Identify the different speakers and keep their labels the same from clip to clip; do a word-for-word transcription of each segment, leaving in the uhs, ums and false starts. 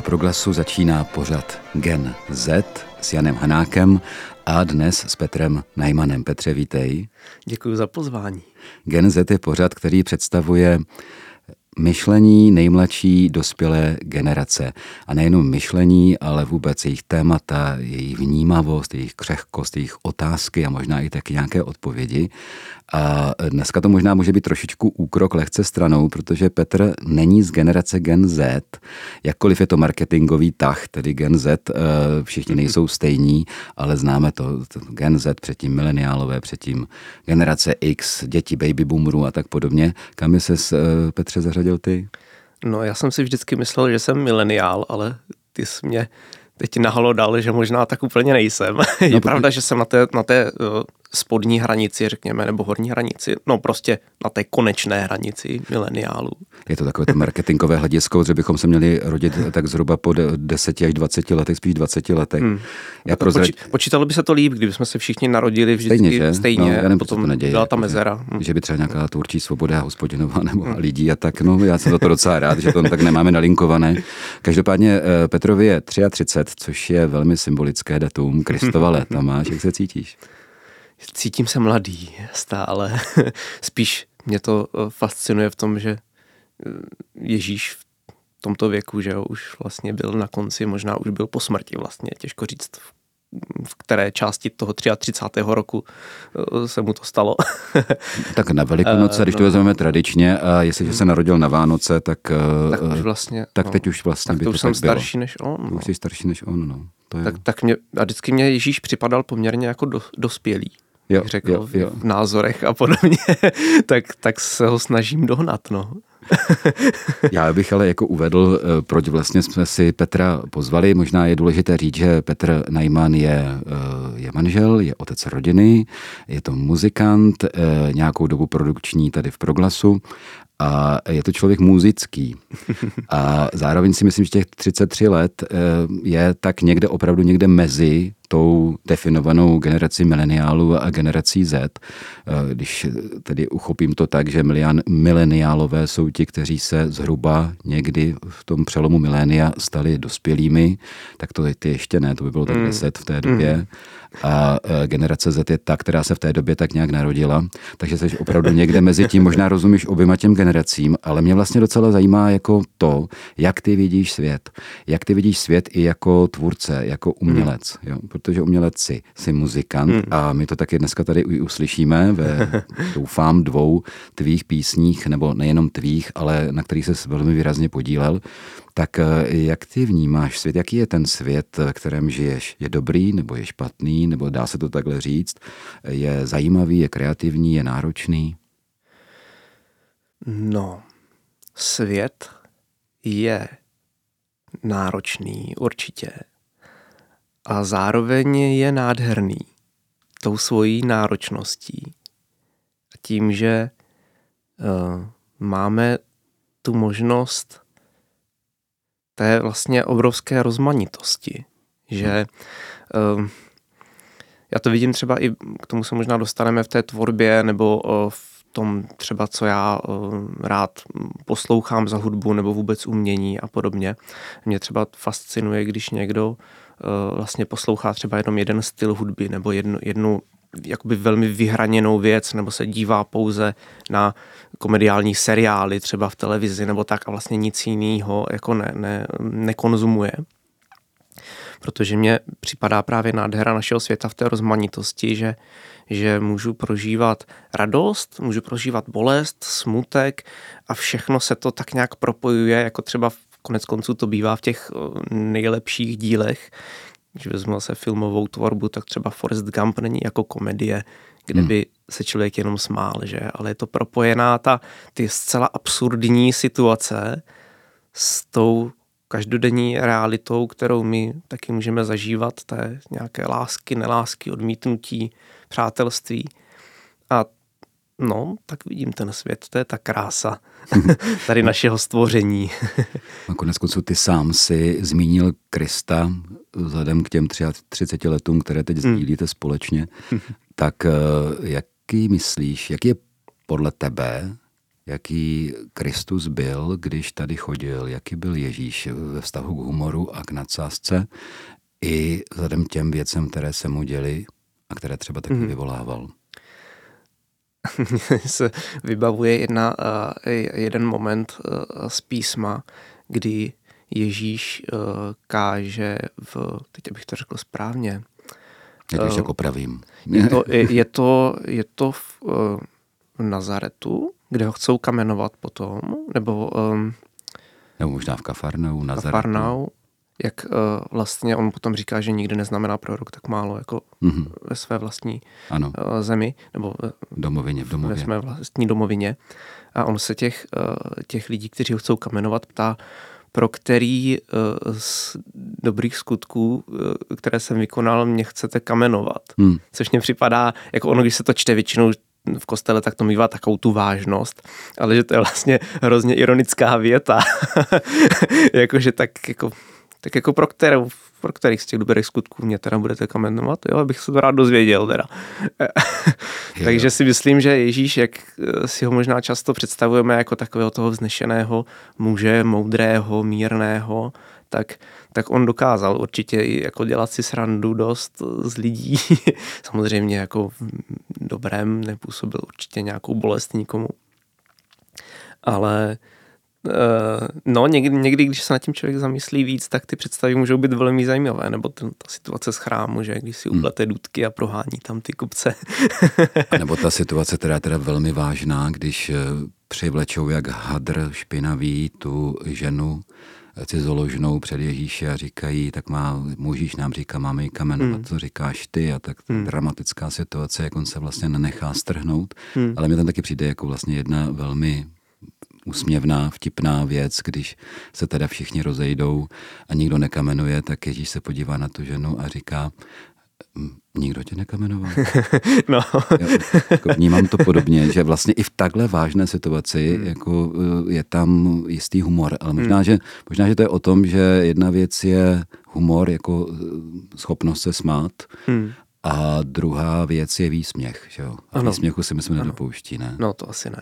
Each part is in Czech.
Speaker 1: Proglasu začíná pořad Gen Z s Janem Hanákem a dnes s Petrem Najmanem. Petře, vítej.
Speaker 2: Děkuji za pozvání.
Speaker 1: Gen Z je pořad, který představuje myšlení nejmladší dospělé generace. A nejenom myšlení, ale vůbec jejich témata, jejich vnímavost, jejich křehkost, jejich otázky a možná i taky nějaké odpovědi. A dneska to možná může být trošičku úkrok lehce stranou, protože Petr není z generace Gen Z, jakkoliv je to marketingový tah, tedy Gen Z, všichni nejsou stejní, ale známe to, to Gen Z, předtím mileniálové, předtím generace X, děti baby boomerů a tak podobně. Kam ses, Petře, zařadil ty?
Speaker 2: No, já jsem si vždycky myslel, že jsem mileniál, ale ty jsi mě teď nahlodal, že možná tak úplně nejsem. No, je pokud... pravda, že jsem na té, na té uh, spodní hranici, řekněme, nebo horní hranici, no prostě na té konečné hranici mileniálů.
Speaker 1: Je to takové to marketingové hledisko, že bychom se měli rodit tak zhruba po deseti až dvaceti letech, spíš dvaceti letech. Hmm.
Speaker 2: Já prozrať... Poči- počítalo by se to líp, kdybychom se všichni narodili vždycky stejně, že? stejně
Speaker 1: no, já nevím,
Speaker 2: potom
Speaker 1: to neděje,
Speaker 2: byla ta mezera.
Speaker 1: Že, že by třeba nějaká tvůrčí svoboda hospodinová nebo hmm. lidí a tak, no já jsem za to docela rád, že to tak nemáme nalinkované. Každopádně Petrovi je třicet tři, což je velmi symbolické datum, Kristova léta máš, jak se cítíš?
Speaker 2: Cítím se mladý stále. Spíš mě to fascinuje v tom, že Ježíš v tomto věku, že jo, už vlastně byl na konci, možná už byl po smrti vlastně, těžko říct, v které části toho třicátého třetího roku se mu to stalo.
Speaker 1: Tak na Velikonoce, když to vezmeme tradičně, a jestliže se narodil na Vánoce, tak,
Speaker 2: tak, už vlastně,
Speaker 1: tak
Speaker 2: no,
Speaker 1: teď už vlastně
Speaker 2: tak
Speaker 1: by
Speaker 2: to
Speaker 1: to
Speaker 2: už jsem
Speaker 1: tak bylo.
Speaker 2: starší než on. No.
Speaker 1: Už jsi starší než on, no. To je...
Speaker 2: Tak, tak mě, a vždycky mě Ježíš připadal poměrně jako do, dospělý. Jo, řekl, jo, jo. v názorech a podobně, tak, tak se ho snažím dohnat, no.
Speaker 1: Já bych ale jako uvedl, proč vlastně jsme si Petra pozvali. Možná je důležité říct, že Petr Najman je, je manžel, je otec rodiny, je to muzikant, nějakou dobu produkční tady v Proglasu a je to člověk muzický. A zároveň si myslím, že těch třicet tři let je tak někde opravdu někde mezi tou definovanou generací mileniálů a generací Z. Když tedy uchopím to tak, že mileniálové jsou ti, kteří se zhruba někdy v tom přelomu milénia stali dospělými, tak to ty ještě ne, to by bylo tak mm. deset v té době. Mm. A generace Z je ta, která se v té době tak nějak narodila, takže jsi opravdu někde mezi tím, možná rozumíš oběma těm generacím, ale mě vlastně docela zajímá jako to, jak ty vidíš svět. Jak ty vidíš svět i jako tvůrce, jako umělec, jo? Protože umělec jsi, jsi muzikant mm. a my to taky dneska tady uslyšíme ve, doufám, dvou tvých písních, nebo nejenom tvých, ale na kterých ses velmi výrazně podílel. Tak jak ty vnímáš svět? Jaký je ten svět, v kterém žiješ? Je dobrý nebo je špatný, nebo dá se to takhle říct? Je zajímavý, je kreativní, je náročný?
Speaker 2: No, svět je náročný určitě. A zároveň je nádherný tou svojí náročností. A tím, že uh, máme tu možnost té vlastně obrovské rozmanitosti. Že uh, já to vidím třeba i, k tomu se možná dostaneme v té tvorbě, nebo uh, v tom třeba, co já uh, rád poslouchám za hudbu, nebo vůbec umění a podobně. Mě třeba fascinuje, když někdo vlastně poslouchá třeba jenom jeden styl hudby nebo jednu, jednu jakoby velmi vyhraněnou věc, nebo se dívá pouze na komediální seriály třeba v televizi nebo tak a vlastně nic jiného jako ne, ne, nekonzumuje. Protože mně připadá právě nádhera našeho světa v té rozmanitosti, že, že můžu prožívat radost, můžu prožívat bolest, smutek a všechno se to tak nějak propojuje, jako třeba v konec konců to bývá v těch nejlepších dílech. Když vezmu se filmovou tvorbu, tak třeba Forrest Gump není jako komedie, kde hmm. by se člověk jenom smál, že? Ale je to propojená ta ty zcela absurdní situace s tou každodenní realitou, kterou my taky můžeme zažívat, té nějaké lásky, nelásky, odmítnutí, přátelství. A no, tak vidím ten svět, to je ta krása tady našeho stvoření.
Speaker 1: A konec konců ty sám si zmínil Krista vzhledem k těm třiceti letům, které teď sdílíte společně. Tak jaký myslíš, jaký je podle tebe jaký Kristus byl, když tady chodil, jaký byl Ježíš ve vztahu k humoru a k nadsázce, i vzhledem těm věcem, které se mu děly a které třeba taky mm. vyvolával.
Speaker 2: se vybavuje jedna, uh, jeden moment uh, z písma, kdy Ježíš uh, káže v, teď abych to řekl správně.
Speaker 1: Já to ještě uh, opravím.
Speaker 2: Je to, je, je to, je to v, uh, v Nazaretu, kde ho chcou kamenovat potom, nebo... Um,
Speaker 1: nebo možná v Kafarnau, Nazaretu.
Speaker 2: Kafarnau, jak uh, vlastně on potom říká, že nikdy neznamená prorok tak málo jako mm-hmm. ve své vlastní ano. Uh, zemi, nebo
Speaker 1: domovině, v domově.
Speaker 2: Ve své vlastní domovině. A on se těch, uh, těch lidí, kteří ho chcou kamenovat, ptá, pro který uh, z dobrých skutků, uh, které jsem vykonal, mě chcete kamenovat. Hmm. Což mě připadá, jako ono, když se to čte většinou v kostele, tak to mívá takovou tu vážnost, ale že to je vlastně hrozně ironická věta. Jakože tak jako, tak jako pro, kterou, pro kterých z těch dobrých skutků mě teda budete kamenovat, jo, abych se to rád dozvěděl teda. Takže si myslím, že Ježíš, jak si ho možná často představujeme jako takového toho vznešeného muže, moudrého, mírného, tak, tak on dokázal určitě i jako dělat si srandu dost z lidí. Samozřejmě jako v dobrém nepůsobil určitě nějakou bolest nikomu. Ale no někdy, někdy, když se nad tím člověk zamyslí víc, tak ty představy můžou být velmi zajímavé. Nebo ten, ta situace z chrámu, že když si uplete důtky a prohání tam ty kupce.
Speaker 1: A nebo ta situace, která je teda velmi vážná, když přivlečou jak hadr špinavý tu ženu cizoložnou před Ježíše a říkají, tak má, Můžíš nám říká, máme ji kamenovat, hmm. co říkáš ty, a tak hmm. dramatická situace, jak on se vlastně nenechá strhnout. Hmm. Ale mě tam taky přijde jako vlastně jedna velmi úsměvná, vtipná věc, když se teda všichni rozejdou a nikdo nekamenuje, tak Ježíš se podívá na tu ženu a říká, nikdo tě nekamenoval.
Speaker 2: No.
Speaker 1: Já, jako vnímám to podobně, že vlastně i v takhle vážné situaci hmm. jako je tam jistý humor, ale možná, hmm. že, možná, že to je o tom, že jedna věc je humor jako schopnost se smát, hmm. a druhá věc je výsměch. Že jo? A ano. Výsměchu si myslím nedopouští, ne?
Speaker 2: No to asi ne.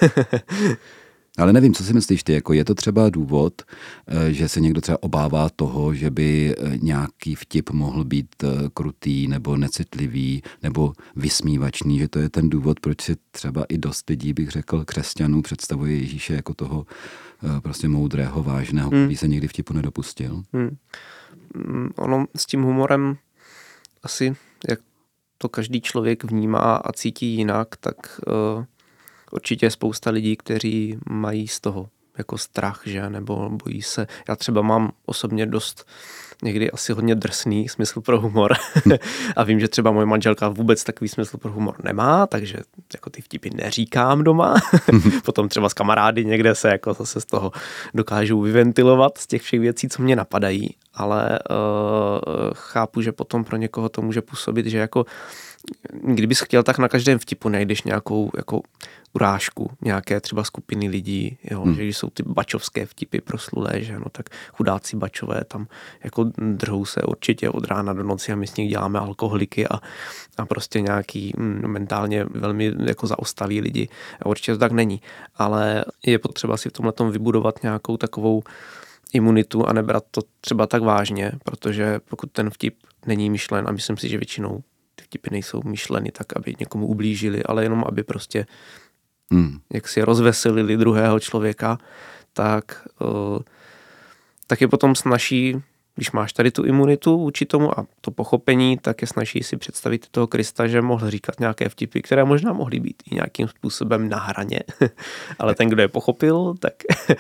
Speaker 1: Ale nevím, co si myslíš ty, jako je to třeba důvod, že se někdo třeba obává toho, že by nějaký vtip mohl být krutý nebo necitlivý nebo vysmívačný, že to je ten důvod, proč si třeba i dost lidí, bych řekl, křesťanů představuje Ježíše jako toho prostě moudrého, vážného, hmm. který se nikdy vtipu nedopustil.
Speaker 2: Hmm. Ono s tím humorem asi, jak to každý člověk vnímá a cítí jinak, tak uh, určitě je spousta lidí, kteří mají z toho jako strach, že, nebo bojí se. Já třeba mám osobně dost někdy asi hodně drsný smysl pro humor a vím, že třeba moje manželka vůbec takový smysl pro humor nemá, takže jako ty vtipy neříkám doma. Potom třeba s kamarády někde se jako zase z toho dokážu vyventilovat z těch všech věcí, co mě napadají, ale uh, chápu, že potom pro někoho to může působit, že jako kdybys chtěl, tak na každém vtipu najdeš nějakou jako urážku nějaké třeba skupiny lidí, jo, hmm. že když jsou ty bačovské vtipy proslulé, že no, tak chudáci bačové tam jako drhou se určitě od rána do noci a my s nich děláme alkoholiky a, a prostě nějaký mm, mentálně velmi jako zaostalí lidi. A určitě to tak není, ale je potřeba si v tomhletom vybudovat nějakou takovou imunitu a nebrat to třeba tak vážně, protože pokud ten vtip není myšlen, a myslím si, že většinou ty vtipy nejsou myšleny tak, aby někomu ublížili, ale jenom aby prostě hmm. jak si rozveselili druhého člověka, tak, uh, tak je potom snazší, když máš tady tu imunitu vůči tomu a to pochopení, tak je snazší si představit toho Krista, že mohl říkat nějaké vtipy, které možná mohly být i nějakým způsobem na hraně. Ale ten, kdo je pochopil, tak...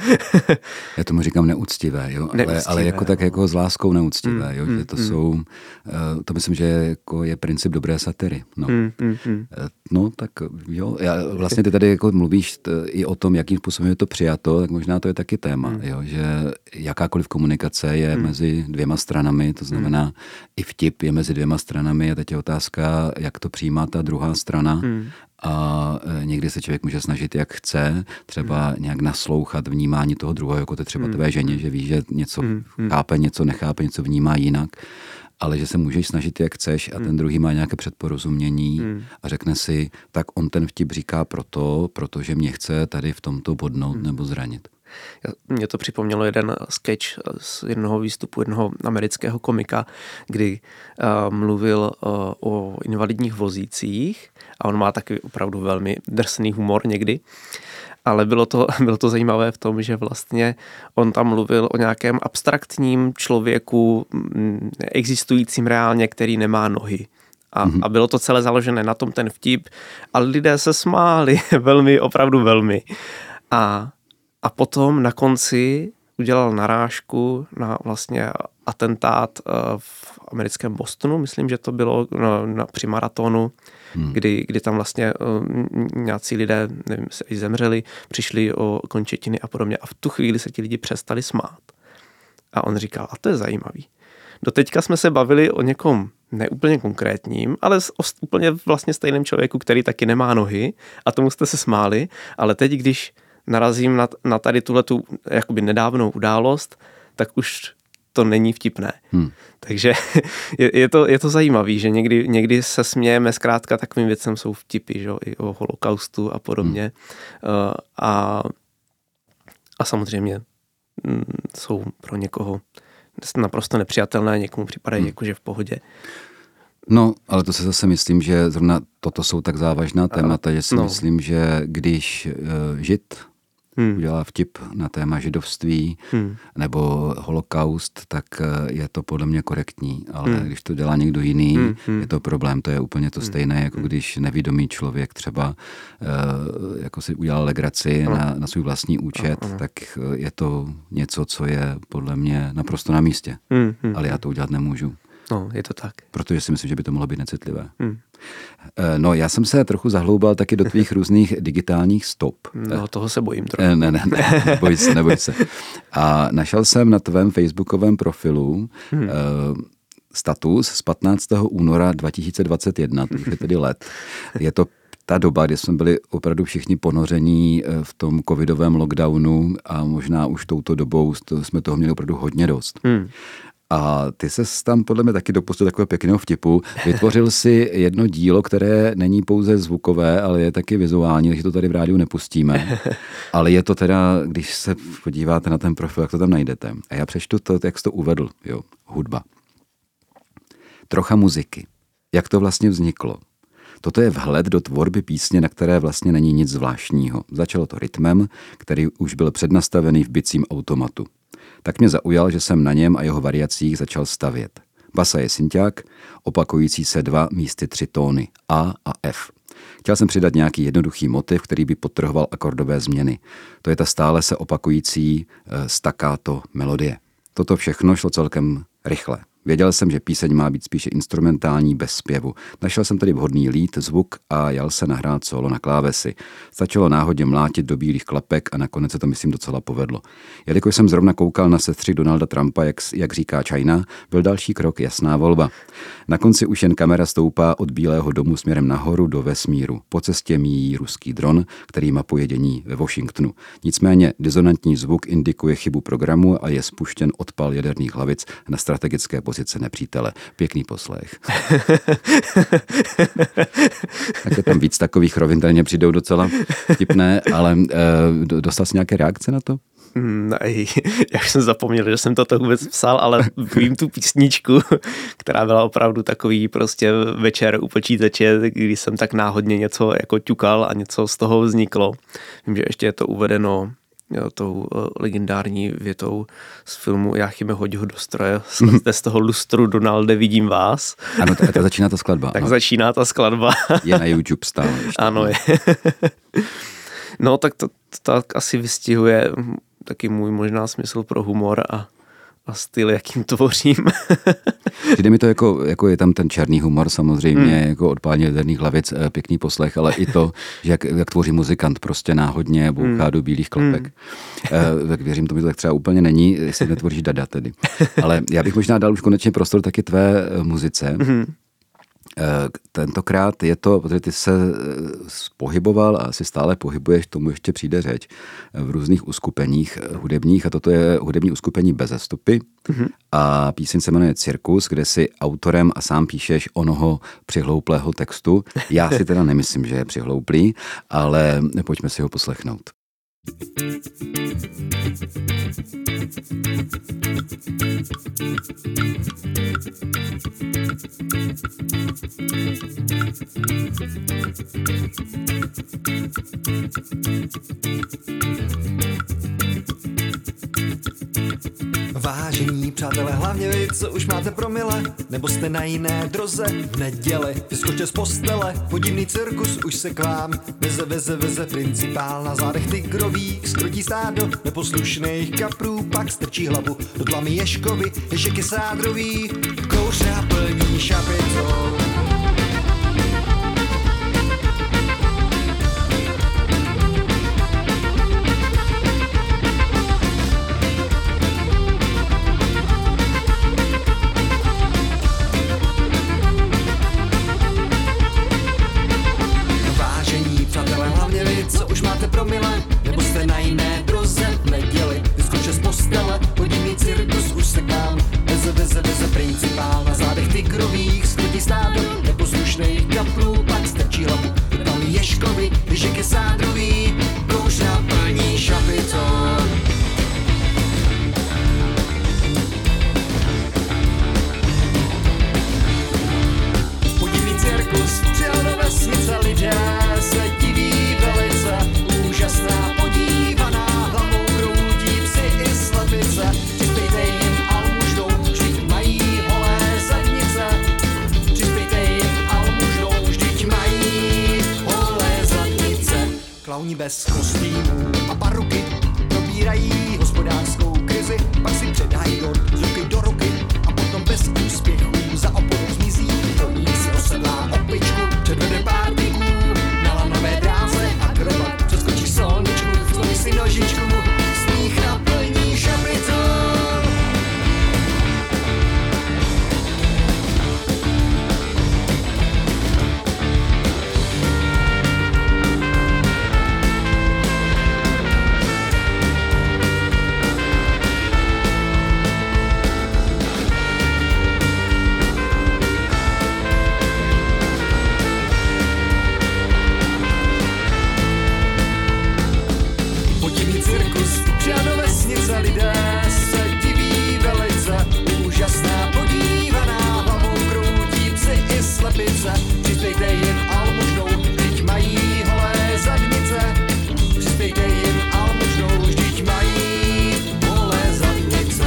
Speaker 1: Já tomu říkám neúctivé, jo? Ale, neúctivé, ale jako no. tak jako s láskou neúctivé, mm, jo? Mm, že to mm. jsou, to myslím, že jako je princip dobré satiry. No. Mm, mm, mm. no tak jo, já, vlastně ty tady jako mluvíš t, i o tom, jakým způsobem je to přijato, tak možná to je taky téma, mm. jo? Že jakákoliv komunikace je mm. mezi dvěma stranami, to znamená hmm. i vtip je mezi dvěma stranami a teď je otázka, jak to přijímá ta druhá strana hmm. a někdy se člověk může snažit, jak chce, třeba hmm. nějak naslouchat vnímání toho druhého, jako to třeba hmm. tvé ženě, že ví, že něco hmm. chápe, něco nechápe, něco vnímá jinak ale že se můžeš snažit, jak chceš a ten druhý má nějaké předporozumění hmm. a řekne si, tak on ten vtip říká proto, protože mě chce tady v tomto bodnout hmm. nebo zranit.
Speaker 2: Mně to připomnělo jeden sketch z jednoho výstupu jednoho amerického komika, kdy uh, mluvil uh, o invalidních vozících a on má taky opravdu velmi drsný humor někdy. Ale bylo to, bylo to zajímavé v tom, že vlastně on tam mluvil o nějakém abstraktním člověku existujícím reálně, který nemá nohy. A, mm-hmm. a bylo to celé založené na tom ten vtip, ale lidé se smáli velmi, opravdu velmi. A, a potom na konci udělal narážku na vlastně atentát v americkém Bostonu, myslím, že to bylo na, na, při maratonu, hmm. kdy, kdy tam vlastně nějací lidé, nevím, se i zemřeli, přišli o končetiny a podobně a v tu chvíli se ti lidi přestali smát. A on říkal, a to je zajímavý. Doteďka jsme se bavili o někom neúplně konkrétním, ale o úplně vlastně stejném člověku, který taky nemá nohy a tomu jste se smáli, ale teď, když narazím na, na tady tuhletu jakoby nedávnou událost, tak už to není vtipné. Hmm. Takže je, je, to, je to zajímavé, že někdy, někdy se smějeme zkrátka takovým věcem, jsou vtipy, že? I o holokaustu a podobně. Hmm. Uh, a, a samozřejmě mm, jsou pro někoho naprosto nepřijatelné, někomu připadají hmm. jakože v pohodě.
Speaker 1: No, ale to se zase myslím, že zrovna toto jsou tak závažná témata, že si no. myslím, že když uh, Žid Hmm. udělá vtip na téma židovství hmm. nebo holokaust, tak je to podle mě korektní. Ale hmm. když to dělá někdo jiný, hmm. je to problém. To je úplně to stejné, jako když nevědomý člověk třeba uh, jako si udělal legraci no. na, na svůj vlastní účet, no, no. tak je to něco, co je podle mě naprosto na místě. Hmm. Hmm. Ale já to udělat nemůžu.
Speaker 2: No, je to tak.
Speaker 1: Protože si myslím, že by to mohlo být necitlivé.
Speaker 2: Hmm.
Speaker 1: No, já jsem se trochu zahloubal taky do tvých různých digitálních stop.
Speaker 2: No, toho se bojím trochu.
Speaker 1: Ne, ne, ne, neboj se, neboj se. A našel jsem na tvém facebookovém profilu hmm. uh, status z patnáctého února dva tisíce dvacet jedna, to už je tedy let. Je to ta doba, kdy jsme byli opravdu všichni ponoření v tom covidovém lockdownu a možná už touto dobou jsme toho měli opravdu hodně dost. Hmm. A ty ses tam podle mě taky dopustil takového pěkného vtipu. Vytvořil si jedno dílo, které není pouze zvukové, ale je taky vizuální, takže to tady v rádiu nepustíme. Ale je to teda, když se podíváte na ten profil, jak to tam najdete. A já přečtu to, jak jsi to uvedl. Jo, hudba. Trocha muziky. Jak to vlastně vzniklo? Toto je vhled do tvorby písně, na které vlastně není nic zvláštního. Začalo to rytmem, který už byl přednastavený v bicím automatu. Tak mě zaujal, že jsem na něm a jeho variacích začal stavět. Basa je synťák, opakující se dva místy tři tóny, A a F. Chtěl jsem přidat nějaký jednoduchý motiv, který by podtrhoval akordové změny. To je ta stále se opakující e, staccato melodie. Toto všechno šlo celkem rychle. Věděl jsem, že píseň má být spíše instrumentální bez zpěvu. Našel jsem tedy vhodný lead, zvuk a jal se nahrát solo na klávesi. Stačilo náhodně mlátit do bílých klapek a nakonec se to myslím docela povedlo. Jelikož jsem zrovna koukal na sestřih Donalda Trumpa, jak, jak říká China, byl další krok jasná volba. Na konci už jen kamera stoupá od Bílého domu směrem nahoru do vesmíru. Po cestě míjí ruský dron, který mapuje dění ve Washingtonu. Nicméně disonantní zvuk indikuje chybu programu a je spuštěn odpal jaderných hlavic na strategické pozice nepřítele. Pěkný poslech. Tak je tam víc takových rovin, které mě přijdou docela vtipné, ale e, dostal jsi nějaké reakce na to?
Speaker 2: Ne, já už jsem zapomněl, že jsem toto vůbec psal, ale vím tu písničku, která byla opravdu takový prostě večer u počítače, kdy jsem tak náhodně něco jako ťukal a něco z toho vzniklo. Vím, že ještě je to uvedeno jo, tou legendární větou z filmu Jáchyme, hoď ho do stroje, slezte z toho lustru, Donalde, vidím vás.
Speaker 1: Ano, tak to začíná ta skladba.
Speaker 2: Tak
Speaker 1: no.
Speaker 2: začíná ta skladba.
Speaker 1: Je na YouTube stále. Ještě.
Speaker 2: Ano, je. No, tak to, to tak asi vystihuje taky můj možná smysl pro humor a, a styl, jakým tvořím.
Speaker 1: Přijde mi to jako, jako je tam ten černý humor samozřejmě, hmm. jako odpálení jaderných hlavic, pěkný poslech, ale i to, že jak, jak tvoří muzikant prostě náhodně bouchá hmm. do bílých klapek. Hmm. Tak věřím, to mi to tak třeba úplně není, jestli netvoříš Dada tedy. Ale já bych možná dal už konečně prostor taky tvé muzice. Hmm. Tentokrát je to, protože ty se pohyboval a asi stále pohybuješ, tomu ještě přijde řeč, v různých uskupeních hudebních a toto je hudební uskupení Beze stopy mm-hmm. a píseň se jmenuje Cirkus, kde si autorem a sám píšeš onoho přihlouplého textu. Já si teda nemyslím, že je přihlouplý, ale pojďme si ho poslechnout.
Speaker 3: Vážení přátelé, hlavně vy, co už máte promile, nebo jste na jiné droze v neděli. Vyskočte z postele, podivný cirkus už se k vám veze, veze, veze principál na zádech tygrových, skrotí stádo neposlušných kaprů, pak strčí hlavu do tlamy Ježkovi, Ježek je sádrový, kouře plní šapitou. Promile, nebo jste na jiné droze v neděli. Vyskoče z postele, podivný cirkus už se k vám veze, veze, veze principál na zádech tygrových, skrutí stádo neposlušných kaplů, pak strčí hlavu do tlamy Ježkovi, Ježek je sádrový, kouře plní šapitou. Podivný cirkus přijel do vesnice, lidé se diví velice. Úžasná podívaná, hlavou kroutí psi i slepice. Přispějte jim almužnou, vždyť mají holé zadnice. Přispějte jim almužnou, vždyť mají holé zadnice. Klauni bez kostýmů a paruky probírají hospodářskou krizi, pak si předají dort z ruky do ruky a potom bez úspěchů za opodou zmizí. Koník si osedlá opičku, předvede pár tyků na lanové dráze akrobat. Přeskočí solničku, zlomí si nožičku, smích naplní šapitou. Lidé se diví velice, úžasná podívaná, hlavou kroutí psi i slepice. Přispějte jim almužnou, vždyť mají holé zadnice. Přispějte jim almužnou, vždyť mají holé zadnice.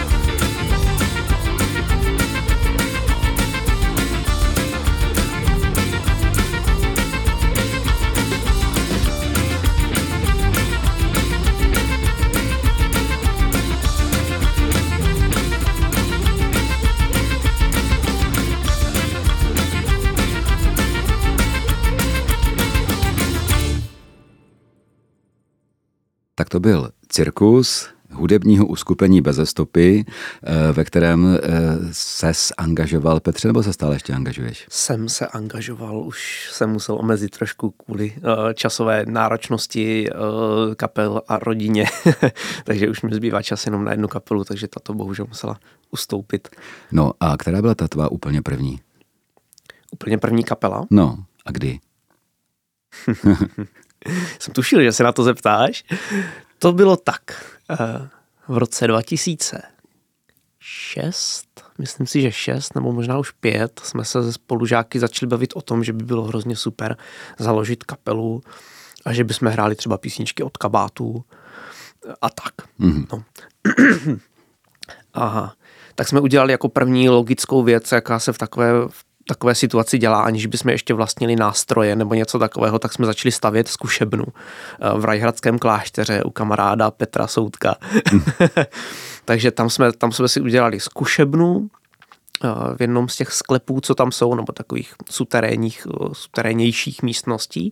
Speaker 1: Tak to byl Cirkus hudebního uskupení Beze stopy, ve kterém ses angažoval, Petře, nebo se stále ještě angažuješ?
Speaker 2: Jsem se angažoval, už jsem musel omezit trošku kvůli časové náročnosti kapel a rodině, takže už mi zbývá čas jenom na jednu kapelu, takže tato bohužel musela ustoupit.
Speaker 1: No a která byla ta tvá úplně první?
Speaker 2: Úplně první kapela?
Speaker 1: No, a kdy?
Speaker 2: Jsem tušil, že se na to zeptáš. To bylo tak. V roce dva tisíce šest, myslím si, že šest, nebo možná už pět, jsme se se spolužáky začali bavit o tom, že by bylo hrozně super založit kapelu a že bychom hráli třeba písničky od Kabátů a tak. Mm-hmm. No. Aha. Tak jsme udělali jako první logickou věc, jaká se v takové takové situaci dělá, aniž bychom ještě vlastnili nástroje nebo něco takového, tak jsme začali stavět zkušebnu v Rajhradském klášteře u kamaráda Petra Soudka. Takže tam jsme, tam jsme si udělali zkušebnu v jednom z těch sklepů, co tam jsou, nebo takových suterénních, suterénějších místností,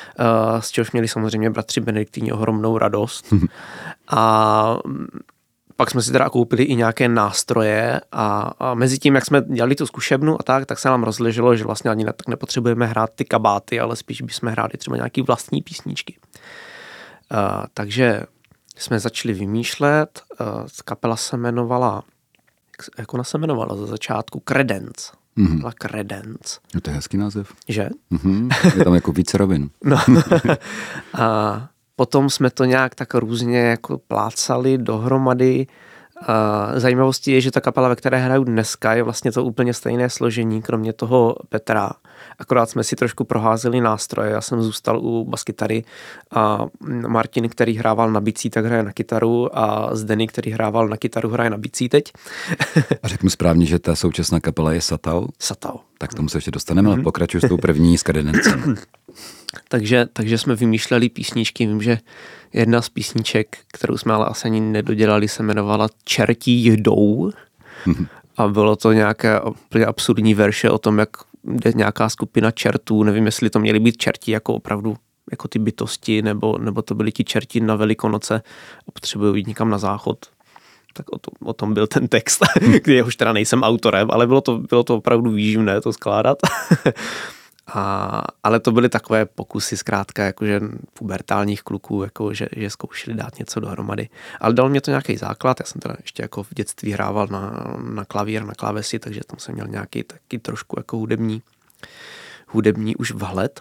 Speaker 2: z čehož měli samozřejmě bratři Benediktíni ohromnou radost. A pak jsme si teda koupili i nějaké nástroje a, a mezi tím, jak jsme dělali tu zkušebnu a tak, tak se nám rozleželo, že vlastně ani tak nepotřebujeme hrát ty kabáty, ale spíš bychom hráli třeba nějaký vlastní písničky. Uh, takže jsme začali vymýšlet, uh, kapela se jmenovala, jak, jak ona se jmenovala za začátku? Credence. Mm-hmm. Byla Credence.
Speaker 1: No to je hezký název.
Speaker 2: Že?
Speaker 1: Mm-hmm. Je tam jako více rovin.
Speaker 2: No. A potom jsme to nějak tak různě jako plácali dohromady. A zajímavostí je, že ta kapela, ve které hraju dneska, je vlastně to úplně stejné složení, kromě toho Petra. Akorát jsme si trošku proházeli nástroje. Já jsem zůstal u baskytary a Martin, který hrával na bicí, tak hraje na kytaru a Zdeny, který hrával na kytaru, hraje na bicí teď.
Speaker 1: A řeknu správně, že ta současná kapela je Satao?
Speaker 2: Satao.
Speaker 1: Tak k tomu se ještě dostaneme, mm-hmm. ale pokračuju s tou první s Credencem.
Speaker 2: takže, takže jsme vymýšleli písničky. Vím, že jedna z písniček, kterou jsme ale asi ani nedodělali, se jmenovala Čertí jdou. Mm-hmm. A bylo to nějaké úplně absurdní verše o tom, jak jde nějaká skupina čertů. Nevím, jestli to měly být čerti jako opravdu jako ty bytosti, nebo, nebo to byli ti čerti na Velikonoce a potřebují jít někam na záchod. Tak o, to, o tom byl ten text, kde jehož teda nejsem autorem, ale bylo to, bylo to opravdu výživné to skládat. A, ale to byly takové pokusy zkrátka jakože pubertálních kluků, jako že, že zkoušeli dát něco dohromady. Ale dal mě to nějaký základ, já jsem teda ještě jako v dětství hrával na, na klavír, na klávesi, takže tam jsem měl nějaký taky trošku jako hudební, hudební už vhled.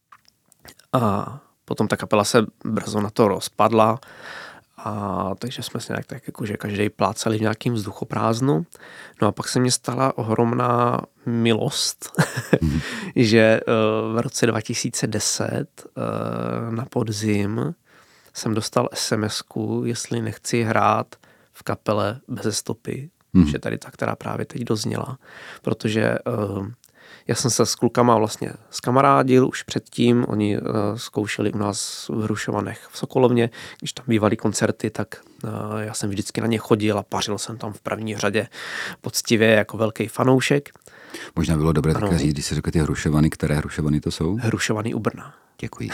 Speaker 2: A potom ta kapela se brzo na to rozpadla, a takže jsme se nějak tak jakože každý plácali v nějakým vzduchoprázdnu. No a pak se mě stala ohromná milost, mm. že uh, v roce dva tisíce deset uh, na podzim jsem dostal SMSku, jestli nechci hrát v kapele Beze stopy, mm. že tady ta, která právě teď dozněla, protože uh, já jsem se s klukama vlastně zkamarádil už předtím, oni uh, zkoušeli u nás v Hrušovanech v Sokolovně, když tam bývaly koncerty, tak uh, já jsem vždycky na ně chodil a pařil jsem tam v první řadě poctivě jako velký fanoušek.
Speaker 1: Možná bylo dobré také říct, když se řekl ty Hrušovany, které Hrušovany to jsou?
Speaker 2: Hrušovany u Brna.
Speaker 1: Děkuji.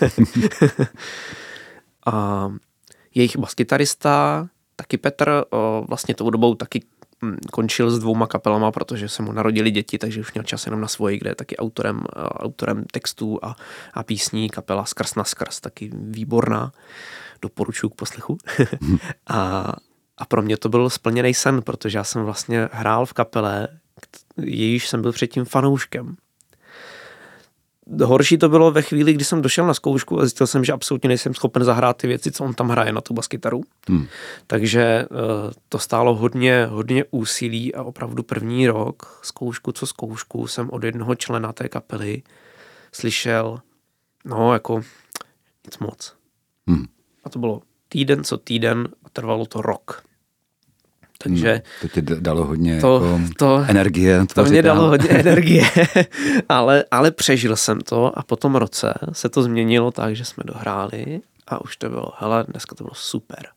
Speaker 2: A jejich baskytarista, taky Petr, uh, vlastně tou dobou taky končil s dvouma kapelama, protože se mu narodili děti, takže už měl čas jenom na svoji, kde je taky autorem, autorem textů a, a písní, kapela Skrz na skrz, taky výborná, doporučuji k poslechu. a, a pro mě to byl splněný sen, protože já jsem vlastně hrál v kapele, jejíž jsem byl předtím fanouškem. Horší to bylo ve chvíli, kdy jsem došel na zkoušku a zjistil jsem, že absolutně nejsem schopen zahrát ty věci, co on tam hraje na tu baskytaru. Hmm. Takže uh, to stálo hodně, hodně úsilí a opravdu první rok, zkoušku co zkoušku, jsem od jednoho člena té kapely slyšel, no jako nic moc. Hmm. A to bylo týden co týden a trvalo to rok. Takže
Speaker 1: no, to ti dalo hodně
Speaker 2: to,
Speaker 1: jako
Speaker 2: to,
Speaker 1: energie.
Speaker 2: To mě dalo hodně energie, ale, ale přežil jsem to a po tom roce se to změnilo tak, že jsme dohráli a už to bylo, hele, dneska to bylo super.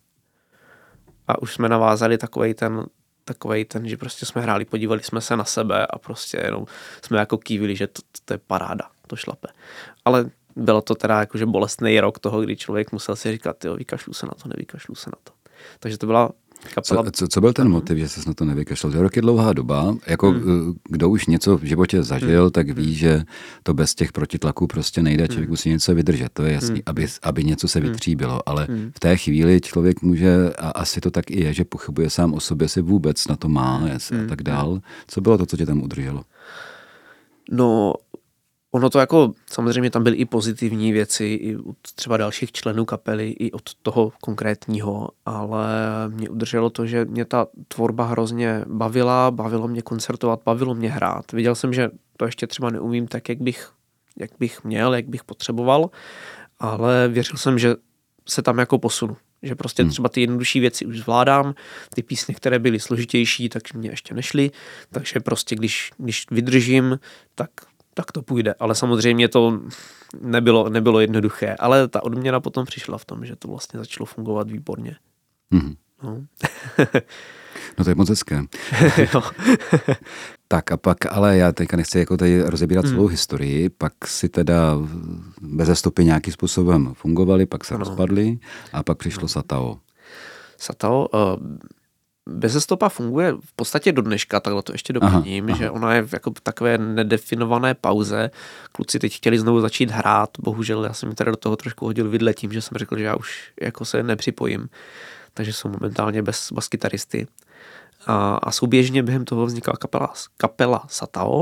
Speaker 2: A už jsme navázali takovej ten, takovej ten, že prostě jsme hráli, podívali jsme se na sebe a prostě jenom jsme jako kývili, že to, to, to je paráda, to šlape. Ale bylo to teda jakože bolestný rok toho, kdy člověk musel si říkat, jo, vykašlu se na to, nevykašlu se na to. Takže to byla kapela.
Speaker 1: Co, co, co byl ten motiv, že ses na to nevykašlal? Rok je dlouhá doba. Jako hmm. kdo už něco v životě zažil, hmm. tak ví, že to bez těch protitlaků prostě nejde. Člověk hmm. musí něco vydržet, to je jasný, hmm. aby, aby něco se vytříbilo. Ale hmm. v té chvíli člověk může, a asi to tak i je, že pochybuje sám o sobě, si vůbec na to má hmm. a tak dál. Co bylo to, co tě tam udrželo?
Speaker 2: No, ono to jako, samozřejmě tam byly i pozitivní věci, i od třeba dalších členů kapely, i od toho konkrétního, ale mě udrželo to, že mě ta tvorba hrozně bavila, bavilo mě koncertovat, bavilo mě hrát. Viděl jsem, že to ještě třeba neumím tak, jak bych, jak bych měl, jak bych potřeboval, ale věřil jsem, že se tam jako posunu. Že prostě hmm. třeba ty jednodušší věci už zvládám, ty písně, které byly složitější, tak mě ještě nešly, takže prostě když, když vydržím, tak tak to půjde, ale samozřejmě to nebylo, nebylo jednoduché, ale ta odměna potom přišla v tom, že to vlastně začalo fungovat výborně.
Speaker 1: Mm.
Speaker 2: No.
Speaker 1: No to je moc hezké. Tak a pak, ale já teďka nechci jako tady rozebírat mm. celou historii, pak si teda Beze stopy nějakým způsobem fungovali, pak se no. rozpadli a pak přišlo no. Satao.
Speaker 2: Satao, Beze stopa funguje v podstatě do dneška, takhle to ještě doplním, aha, aha. že ona je v jako takové nedefinované pauze. Kluci teď chtěli znovu začít hrát, bohužel já jsem mi tady do toho trošku hodil vidle tím, že jsem řekl, že já už jako se nepřipojím, takže jsou momentálně bez baskytaristy. A, a souběžně během toho vznikla kapela, kapela Satao.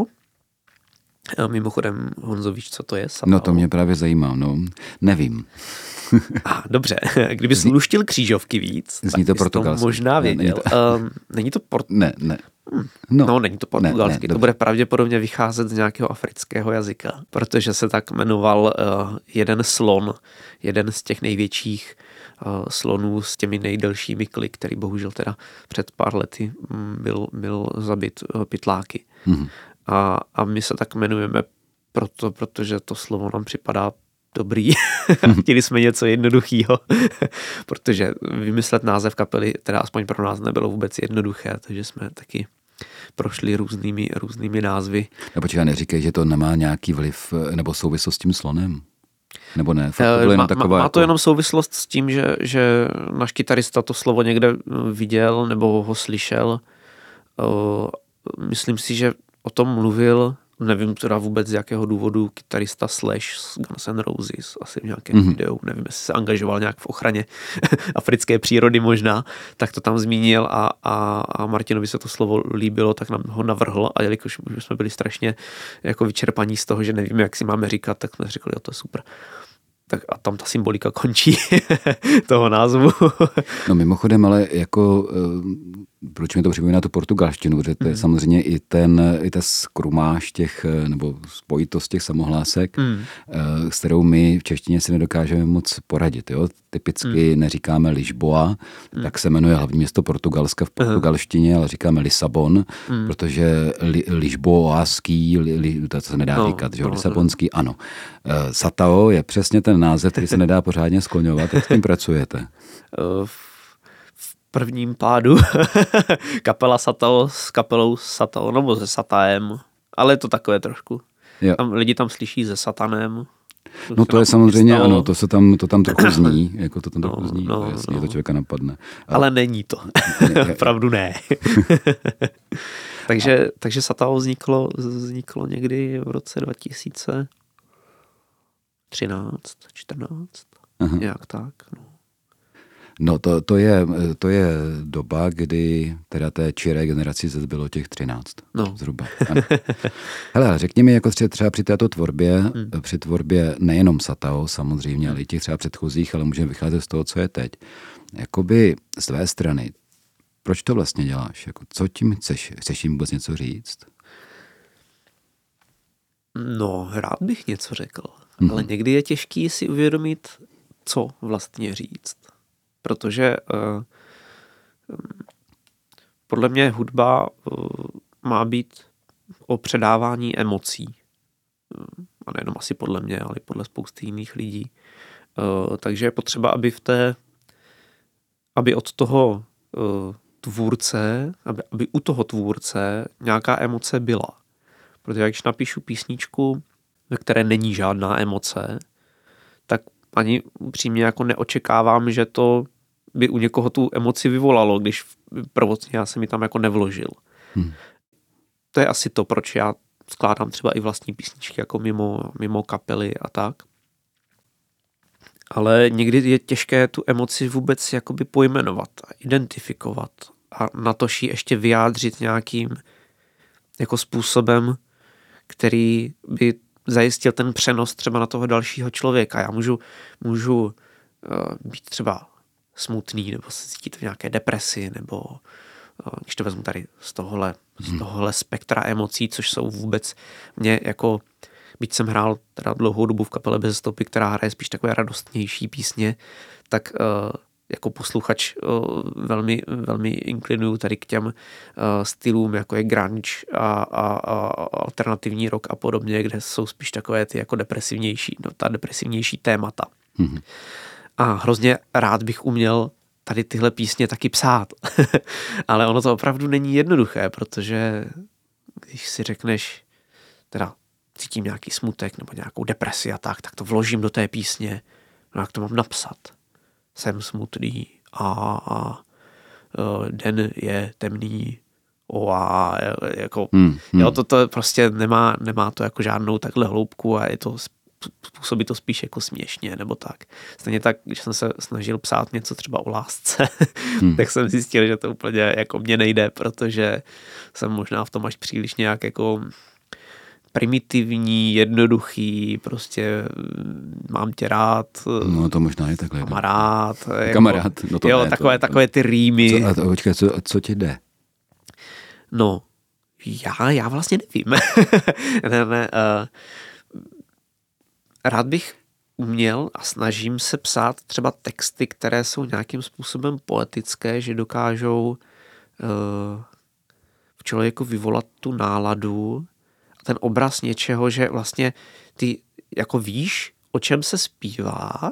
Speaker 2: A mimochodem, Honzo, víš, co to je Satao?
Speaker 1: No to mě právě zajímá, no nevím.
Speaker 2: A, dobře, kdybys Zní... luštil křížovky víc,
Speaker 1: Zní
Speaker 2: tak
Speaker 1: to
Speaker 2: bys to možná věděl. Ne, není to, um, není to port...
Speaker 1: ne, ne.
Speaker 2: No, no, není to portugalský,
Speaker 1: ne, ne,
Speaker 2: to bude pravděpodobně vycházet z nějakého afrického jazyka, protože se tak jmenoval uh, jeden slon, jeden z těch největších uh, slonů s těmi nejdelšími kly, který bohužel teda před pár lety um, byl, byl zabit uh, pytláky. Mm-hmm. A, a my se tak jmenujeme proto, protože to slovo nám připadá dobrý. Chtěli jsme něco jednoduchýho, protože vymyslet název kapely, teda aspoň pro nás nebylo vůbec jednoduché, takže jsme taky prošli různými, různými názvy.
Speaker 1: No počkej, neříkej, že to nemá nějaký vliv nebo souvislost s tím slonem? Nebo ne?
Speaker 2: Fakt to má, taková má to jako... jenom souvislost s tím, že, že náš kytarista to slovo někde viděl nebo ho slyšel. Myslím si, že o tom mluvil, nevím teda vůbec z jakého důvodu, kytarista Slash z Guns N' Roses, asi v nějakém mm-hmm. videu, nevím, jestli se angažoval nějak v ochraně africké přírody možná, tak to tam zmínil a, a, a Martinovi se to slovo líbilo, tak nám ho navrhl a jelikož jsme byli strašně jako vyčerpaní z toho, že nevíme, jak si máme říkat, tak jsme řekli, jo, to je super. Tak a tam ta symbolika končí toho názvu.
Speaker 1: No mimochodem, ale jako proč mi to připomíná tu portugalštinu, protože to je mm. samozřejmě i ten, i ta skrumáž těch, nebo spojitost těch samohlásek, mm. s kterou my v češtině si nedokážeme moc poradit. Jo? Typicky mm. neříkáme Lisboa, mm. tak se jmenuje hlavní město Portugalska v portugalštině, ale říkáme Lisabon, mm. protože li, Lisboáský, li, li, to se nedá no, říkat, že? No, Lisabonský, ano. Satao je přesně ten název, který se nedá pořádně skloňovat. Jak s tím pracujete?
Speaker 2: V prvním pádu kapela Satao s kapelou Satao, nebo se Sataem, ale je to takové trošku. Tam, lidi tam slyší se Satanem.
Speaker 1: No to je samozřejmě, stalo. Ano, to se tam, to tam trochu zní, jako to tam trochu no, zní, no, to jasně, no. To člověka napadne. Ale,
Speaker 2: ale není to, opravdu ne. takže, takže Satao vzniklo, vzniklo někdy v roce dva tisíce třináct, čtrnáct, aha. Nějak tak, no.
Speaker 1: No to, to, je, to je doba, kdy teda té čiré generaci Z bylo těch třináct. No. Zhruba. Hele, řekni mi, jako třeba při této tvorbě, hmm. při tvorbě nejenom Satao samozřejmě, ale i těch třeba předchozích, ale můžeme vycházet z toho, co je teď. Jakoby z tvé strany, proč to vlastně děláš? Jako, co tím chceš? Chceš jim vůbec něco říct?
Speaker 2: No, rád bych něco řekl. Hmm. Ale někdy je těžký si uvědomit, co vlastně říct. Protože uh, podle mě hudba uh, má být o předávání emocí. Uh, a nejenom asi podle mě, ale i podle spousty jiných lidí. Uh, takže je potřeba, aby v té, aby od toho uh, tvůrce, aby, aby u toho tvůrce nějaká emoce byla. Protože když napíšu písničku, ve které není žádná emoce, tak ani upřímně jako neočekávám, že to by u někoho tu emoci vyvolalo, když prvotně já jsem ji tam jako nevložil. Hmm. To je asi to, proč já skládám třeba i vlastní písničky jako mimo, mimo kapely a tak. Ale někdy je těžké tu emoci vůbec jakoby pojmenovat a identifikovat a natož ji ještě vyjádřit nějakým jako způsobem, který by zajistil ten přenos třeba na toho dalšího člověka. Já můžu, můžu uh, být třeba smutný, nebo se cítit v nějaké depresi, nebo uh, když to vezmu tady z tohohle, z tohohle spektra emocí, což jsou vůbec mě jako, byť jsem hrál teda dlouhou dobu v kapele Beze stopy, která hraje spíš takové radostnější písně, tak uh, jako posluchač uh, velmi, velmi inklinuju tady k těm uh, stylům, jako je grunge a, a, a alternativní rock a podobně, kde jsou spíš takové ty jako depresivnější, no, ta depresivnější témata. Mm-hmm. A hrozně rád bych uměl tady tyhle písně taky psát. Ale ono to opravdu není jednoduché, protože když si řekneš, teda cítím nějaký smutek nebo nějakou depresi a tak, tak to vložím do té písně. No jak to mám napsat? Jsem smutný a, a den je temný, oá, jako,
Speaker 1: hmm, hmm.
Speaker 2: jo, to, to prostě nemá, nemá to jako žádnou takhle hloubku a je to, působí to spíš jako směšně, nebo tak. Stejně tak, když jsem se snažil psát něco třeba o lásce, hmm. tak jsem zjistil, že to úplně jako mě nejde, protože jsem možná v tom až příliš nějak jako primitivní, jednoduchý, prostě mám tě rád.
Speaker 1: No to možná je takhle.
Speaker 2: Kamarád. Jako,
Speaker 1: kamarád, no to
Speaker 2: jo,
Speaker 1: ne,
Speaker 2: takové,
Speaker 1: to,
Speaker 2: takové ty rýmy.
Speaker 1: Co, a to, počkej, co, co ti jde?
Speaker 2: No, já, já vlastně nevím. ne, ne, uh, rád bych uměl a snažím se psát třeba texty, které jsou nějakým způsobem poetické, že dokážou uh, v člověku vyvolat tu náladu, ten obraz něčeho, že vlastně ty jako víš, o čem se zpívá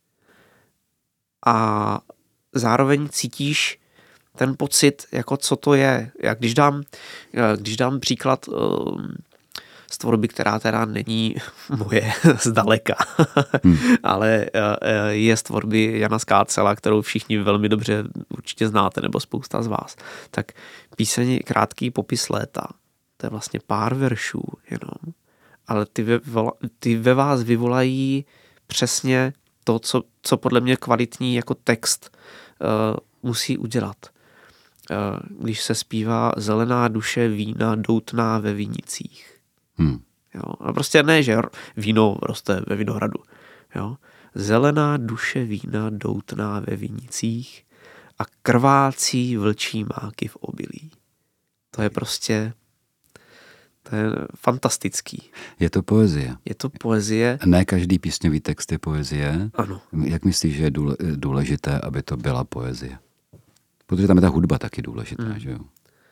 Speaker 2: a zároveň cítíš ten pocit, jako co to je. Jak když dám, když dám příklad z tvorby, která teda není moje zdaleka, hmm. ale je z tvorby Jana Skácela, kterou všichni velmi dobře určitě znáte, nebo spousta z vás, tak píseň Krátký popis léta. To je vlastně pár veršů jenom, ale ty ve, ty ve vás vyvolají přesně to, co, co podle mě kvalitní jako text uh, musí udělat. Uh, když se zpívá zelená duše vína doutná ve vinicích. Hmm. Jo? A prostě ne, že víno roste ve vinohradu. Jo? Zelená duše vína doutná ve vinicích a krvácí vlčí máky v obilí. To je prostě to je fantastický.
Speaker 1: Je to poezie.
Speaker 2: Je to poezie.
Speaker 1: Ne každý písňový text je poezie.
Speaker 2: Ano.
Speaker 1: Jak myslíš, že je důležité, aby to byla poezie? Protože tam je ta hudba taky důležitá, hmm. že jo?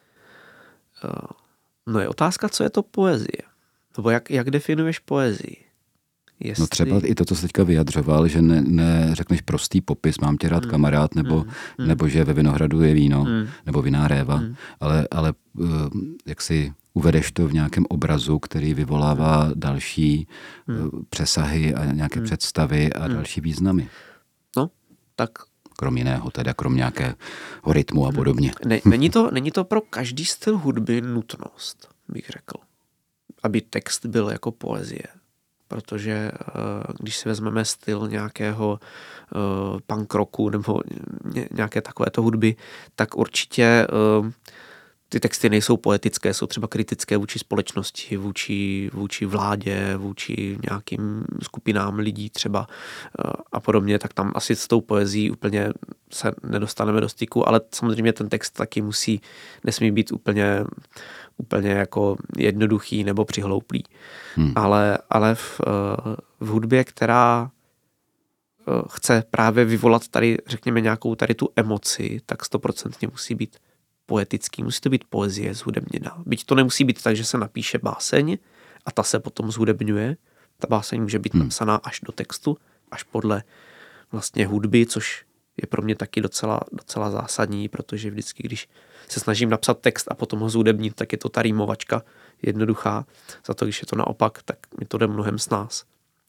Speaker 2: No je otázka, co je to poezie. Nebo jak, jak definuješ poezii? Jestli...
Speaker 1: No třeba i to, co jsi teďka vyjadřoval, že ne, ne řekneš prostý popis, mám tě rád,
Speaker 2: hmm.
Speaker 1: kamarád, nebo,
Speaker 2: hmm.
Speaker 1: nebo že ve vinohradu je víno,
Speaker 2: hmm.
Speaker 1: nebo viná réva, hmm. ale, ale jak si uvedeš to v nějakém obrazu, který vyvolává hmm. další hmm. přesahy a nějaké hmm. představy a hmm. další významy.
Speaker 2: No, tak...
Speaker 1: Krom jiného, teda krom nějakého rytmu a podobně.
Speaker 2: Ne, není, to, není to pro každý styl hudby nutnost, bych řekl, aby text byl jako poezie. Protože když si vezmeme styl nějakého punk rocku nebo nějaké takovéto hudby, tak určitě ty texty nejsou poetické, jsou třeba kritické vůči společnosti, vůči, vůči vládě, vůči nějakým skupinám lidí třeba a podobně, tak tam asi s tou poezí úplně se nedostaneme do styku, ale samozřejmě ten text taky musí, nesmí být úplně, úplně jako jednoduchý nebo přihlouplý. Hmm. Ale, ale v, v hudbě, která chce právě vyvolat tady, řekněme, nějakou tady tu emoci, tak stoprocentně musí být poetický, musí to být poezie zhudebněná. Byť to nemusí být tak, že se napíše báseň a ta se potom zhudebňuje. Ta báseň může být hmm. napsaná až do textu, až podle vlastně hudby, což je pro mě taky docela, docela zásadní, protože vždycky, když se snažím napsat text a potom ho zhudebnit, tak je to ta rýmovačka jednoduchá. Za to, když je to naopak, tak mi to jde mnohem snáz.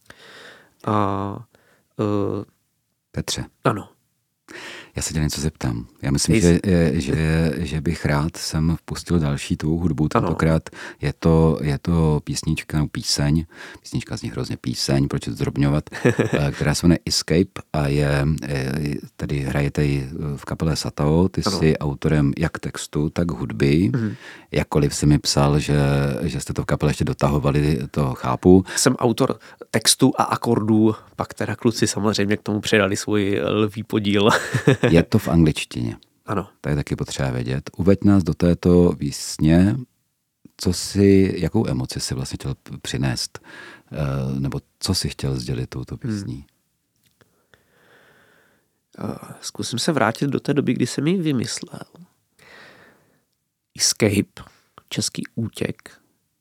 Speaker 2: A, uh,
Speaker 1: Petře.
Speaker 2: Ano.
Speaker 1: Já se tě něco zeptám. Já myslím, že, že, že bych rád sem vpustil další tvou hudbu. Tentokrát je to, je to písnička, no píseň, písnička zní hrozně píseň, proč zdrobňovat, která se jmenuje Escape a je, tady hrajete ji v kapele Satao. Ty ano. jsi autorem jak textu, tak hudby. Mhm. Jakkoliv jsi mi psal, že, že jste to v kapele ještě dotahovali, to chápu.
Speaker 2: Jsem autor textu a akordů, pak teda kluci samozřejmě k tomu přidali svůj lví podíl.
Speaker 1: Je to v angličtině.
Speaker 2: Ano.
Speaker 1: To je taky potřeba vědět. Uveď nás do této písně, co si, jakou emoci si vlastně chtěl přinést, nebo co si chtěl sdělit touto písní?
Speaker 2: Hmm. Zkusím se vrátit do té doby, kdy jsem ji vymyslel. Escape, český útěk.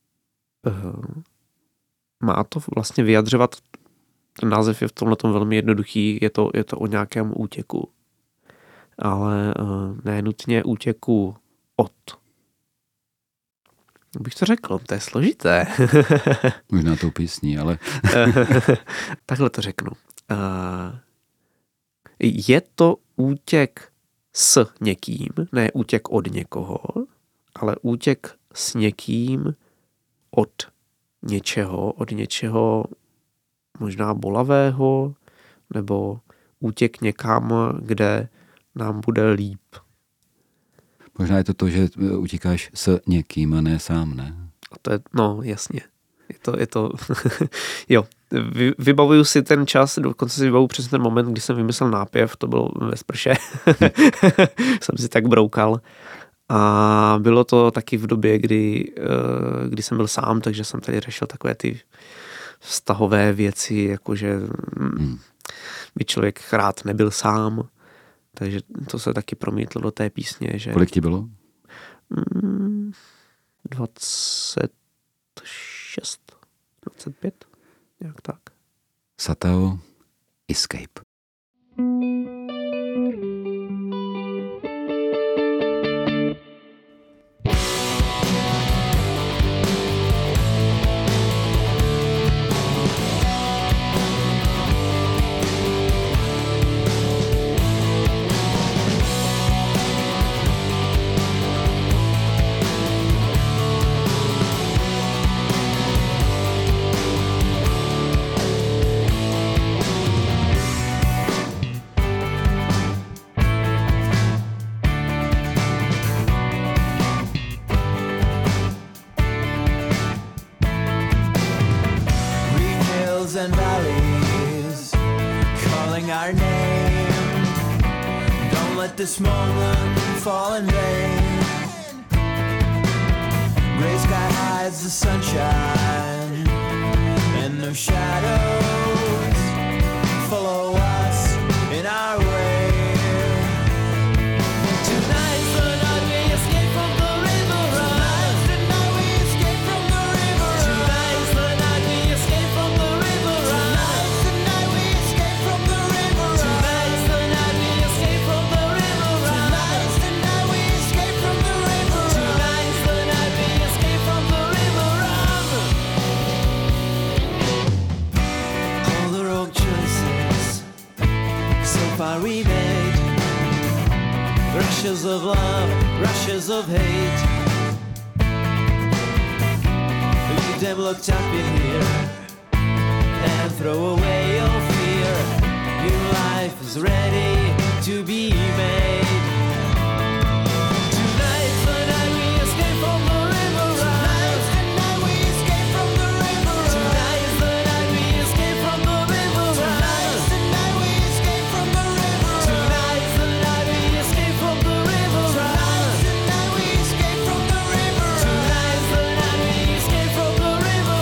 Speaker 2: Má to vlastně vyjadřovat, ten název je v tomhletom velmi jednoduchý, je to, je to o nějakém útěku. Ale ne nutně útěku od. Bych to řekl, to je složité.
Speaker 1: Možná tou písní, ale...
Speaker 2: Takhle to řeknu. Je to útěk s někým, ne útěk od někoho, ale útěk s někým od něčeho, od něčeho možná bolavého, nebo útěk někam, kde nám bude líp.
Speaker 1: Možná je to to, že utíkáš s někým a ne sám, ne?
Speaker 2: A to je, no jasně. Je to, je to, jo. Vy, vybavuju si ten čas, dokonce si vybavuju přesně ten moment, kdy jsem vymyslel nápěv, to bylo ve sprše. Jsem si tak broukal. A bylo to taky v době, kdy, kdy jsem byl sám, takže jsem tady řešil takové ty vztahové věci, jakože hmm. by člověk rád nebyl sám. Takže to se taky promítlo do té písně. Že
Speaker 1: kolik ti bylo?
Speaker 2: dvacet šest, dvacet pět, nějak tak.
Speaker 1: Satao, Escape.
Speaker 3: And valleys calling our name. Don't let this moment fall in vain. Gray sky hides the sunshine, and no shadows follow us in our way. Tonight's the night we escape from the river. Tonight's the night we escape from the river. Tonight's the night we escape from the river. We made rushes of love, rushes of hate. You damn looked up in here and throw away your fear. Your life is ready to be made. Tonight's the night we escape from the river. Tonight's the night we escape from the river. Tonight's the night we escape from the river. Tonight's the night we escape from the river. Tonight's the night we escape from the river. Tonight's the night we escape from the river. Tonight's the night we escape from the river.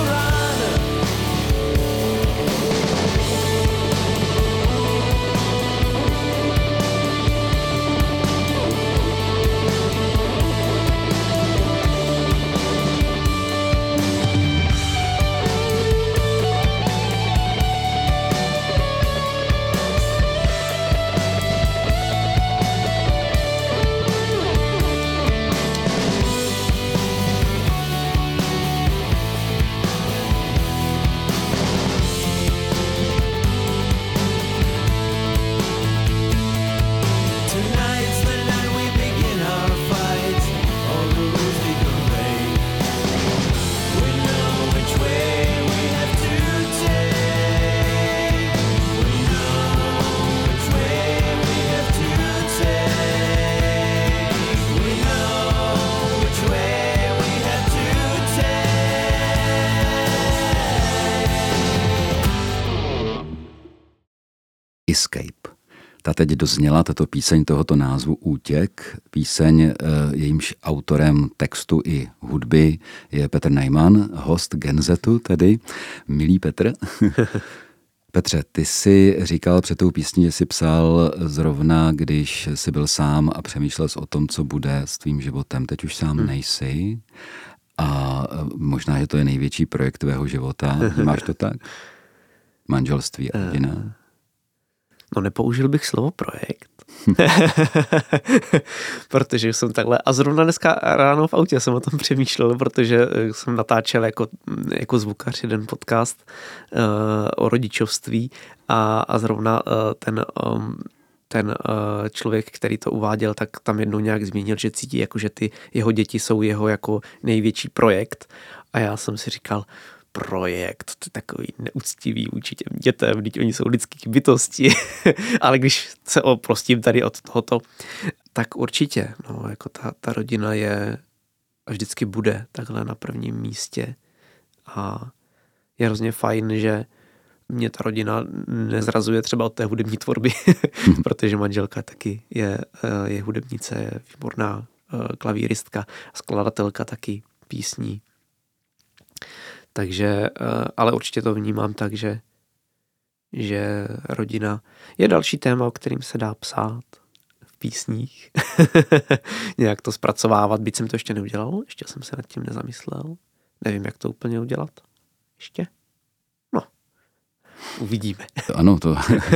Speaker 1: Escape. Ta teď dozněla, tato píseň tohoto názvu Útěk. Píseň, jejímž autorem textu i hudby je Petr Najman, host Genzetu tedy. Milý Petr. Petře, ty jsi říkal před tou písní, že jsi psal zrovna, když jsi byl sám a přemýšlel jsi o tom, co bude s tvým životem. Teď už sám hmm. nejsi a možná, že to je největší projekt tvého života. Máš to tak? Manželství a rodina.
Speaker 2: No nepoužil bych slovo projekt, protože jsem takhle, a zrovna dneska ráno v autě jsem o tom přemýšlel, protože jsem natáčel jako, jako zvukař jeden podcast uh, o rodičovství a, a zrovna uh, ten um, ten uh, člověk, který to uváděl, tak tam jednou nějak zmínil, že cítí, jako, že ty jeho děti jsou jeho jako největší projekt. A já jsem si říkal, projekt, to je takový neúctivý vůči těm dětem, vždyť oni jsou lidský bytosti. Ale když se oprostím tady od tohoto, tak určitě, no, jako ta, ta rodina je a vždycky bude takhle na prvním místě. A je hrozně fajn, že mě ta rodina nezrazuje třeba od té hudební tvorby, protože manželka taky je, je hudebnice, je výborná klavíristka, skladatelka taky písní. Takže, ale určitě to vnímám tak, že, že rodina je další téma, o kterým se dá psát v písních. Nějak to zpracovávat, byť jsem to ještě neudělal, ještě jsem se nad tím nezamyslel. Nevím, jak to úplně udělat. Ještě? No, uvidíme.
Speaker 1: Ano, to.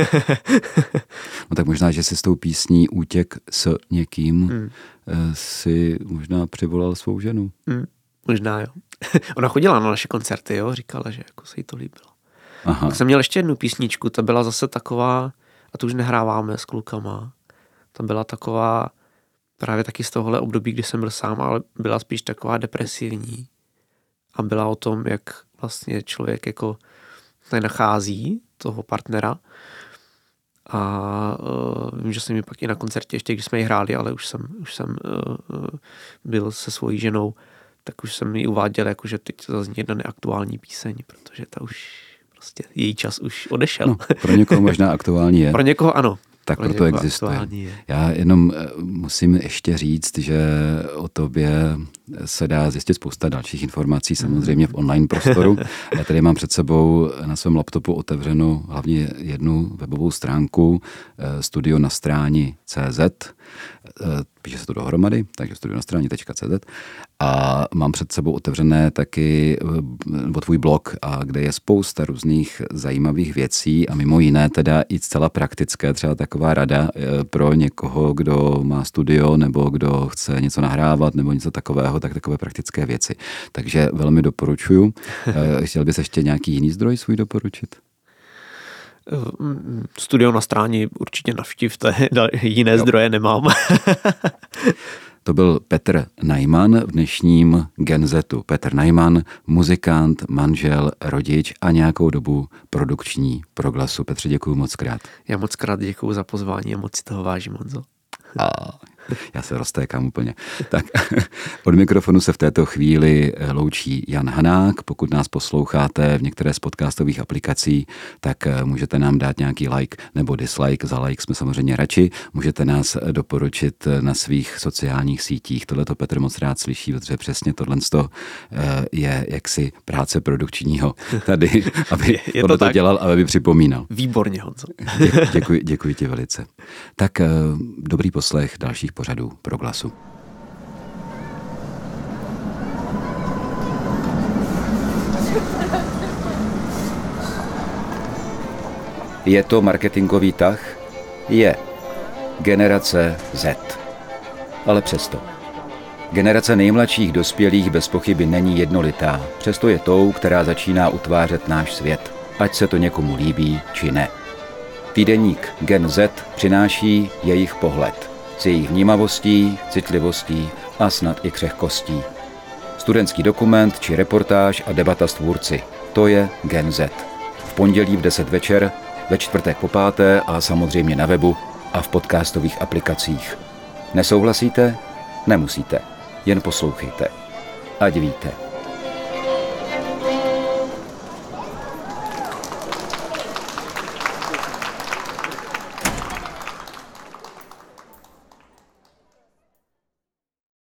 Speaker 1: No tak možná, že si s tou písní Útěk s někým hmm. si možná přivolal svou ženu.
Speaker 2: Hmm. Možná jo. Ona chodila na naše koncerty, jo, říkala, že jako se jí to líbilo. Aha. Tak jsem měl ještě jednu písničku, ta byla zase taková, a tu už nehráváme s klukama, ta byla taková právě taky z tohohle období, kdy jsem byl sám, ale byla spíš taková depresivní a byla o tom, jak vlastně člověk jako nenachází toho partnera a uh, vím, že jsem ji pak i na koncertě, ještě když jsme ji hráli, ale už jsem, už jsem uh, byl se svojí ženou, tak už jsem ji uváděl, jako, že teď to zazní jedna neaktuální píseň, protože ta už prostě její čas už odešel.
Speaker 1: No, pro někoho možná aktuální je.
Speaker 2: Pro někoho ano.
Speaker 1: Tak pro proto existuje. Já jenom musím ještě říct, že o tobě se dá zjistit spousta dalších informací, samozřejmě v online prostoru. Já tady mám před sebou na svém laptopu otevřenou hlavně jednu webovou stránku studio na stráni tečka cé zet. Píše se to dohromady, takže studio na stráni tečka cé zet. A mám před sebou otevřené taky nebo tvůj blog, a kde je spousta různých zajímavých věcí a mimo jiné teda i zcela praktické, třeba taková rada pro někoho, kdo má studio nebo kdo chce něco nahrávat nebo něco takového, tak takové praktické věci. Takže velmi doporučuju. Chtěl bys ještě nějaký jiný zdroj svůj doporučit?
Speaker 2: Studio na stráni určitě navštivte, jiné jo. zdroje nemám.
Speaker 1: To byl Petr Najman v dnešním Gen Zetu. Petr Najman, muzikant, manžel, rodič a nějakou dobu produkční pro Glasu. Petře, děkuju moc krát.
Speaker 2: Já moc krát děkuju za pozvání a moc si toho vážím, Honzo.
Speaker 1: A já se roztékám úplně. Tak od mikrofonu se v této chvíli loučí Jan Hanák. Pokud nás posloucháte v některé z podcastových aplikací, tak můžete nám dát nějaký like nebo dislike. Za like jsme samozřejmě radši. Můžete nás doporučit na svých sociálních sítích. Tohle to Petr moc rád slyší, protože přesně tohle je jaksi práce produkčního tady, aby
Speaker 2: je to
Speaker 1: tohle to dělal, aby připomínal.
Speaker 2: Výborně, Honzo.
Speaker 1: Dě, děkuji, děkuji ti velice. Tak dobrý poslech dalších pořadů pro Glasu. Je to marketingový tah? Je. Generace Z. Ale přesto. Generace nejmladších dospělých bez pochyby není jednolitá, přesto je tou, která začíná utvářet náš svět, ať se to někomu líbí, či ne. Týdeník Gen Z přináší jejich pohled, s jejich vnímavostí, citlivostí a snad i křehkostí. Studentský dokument či reportáž a debata s tvůrci. To je Gen Z. V pondělí v deset večer, ve čtvrtek po páté a samozřejmě na webu a v podcastových aplikacích. Nesouhlasíte? Nemusíte. Jen poslouchejte. Ať víte.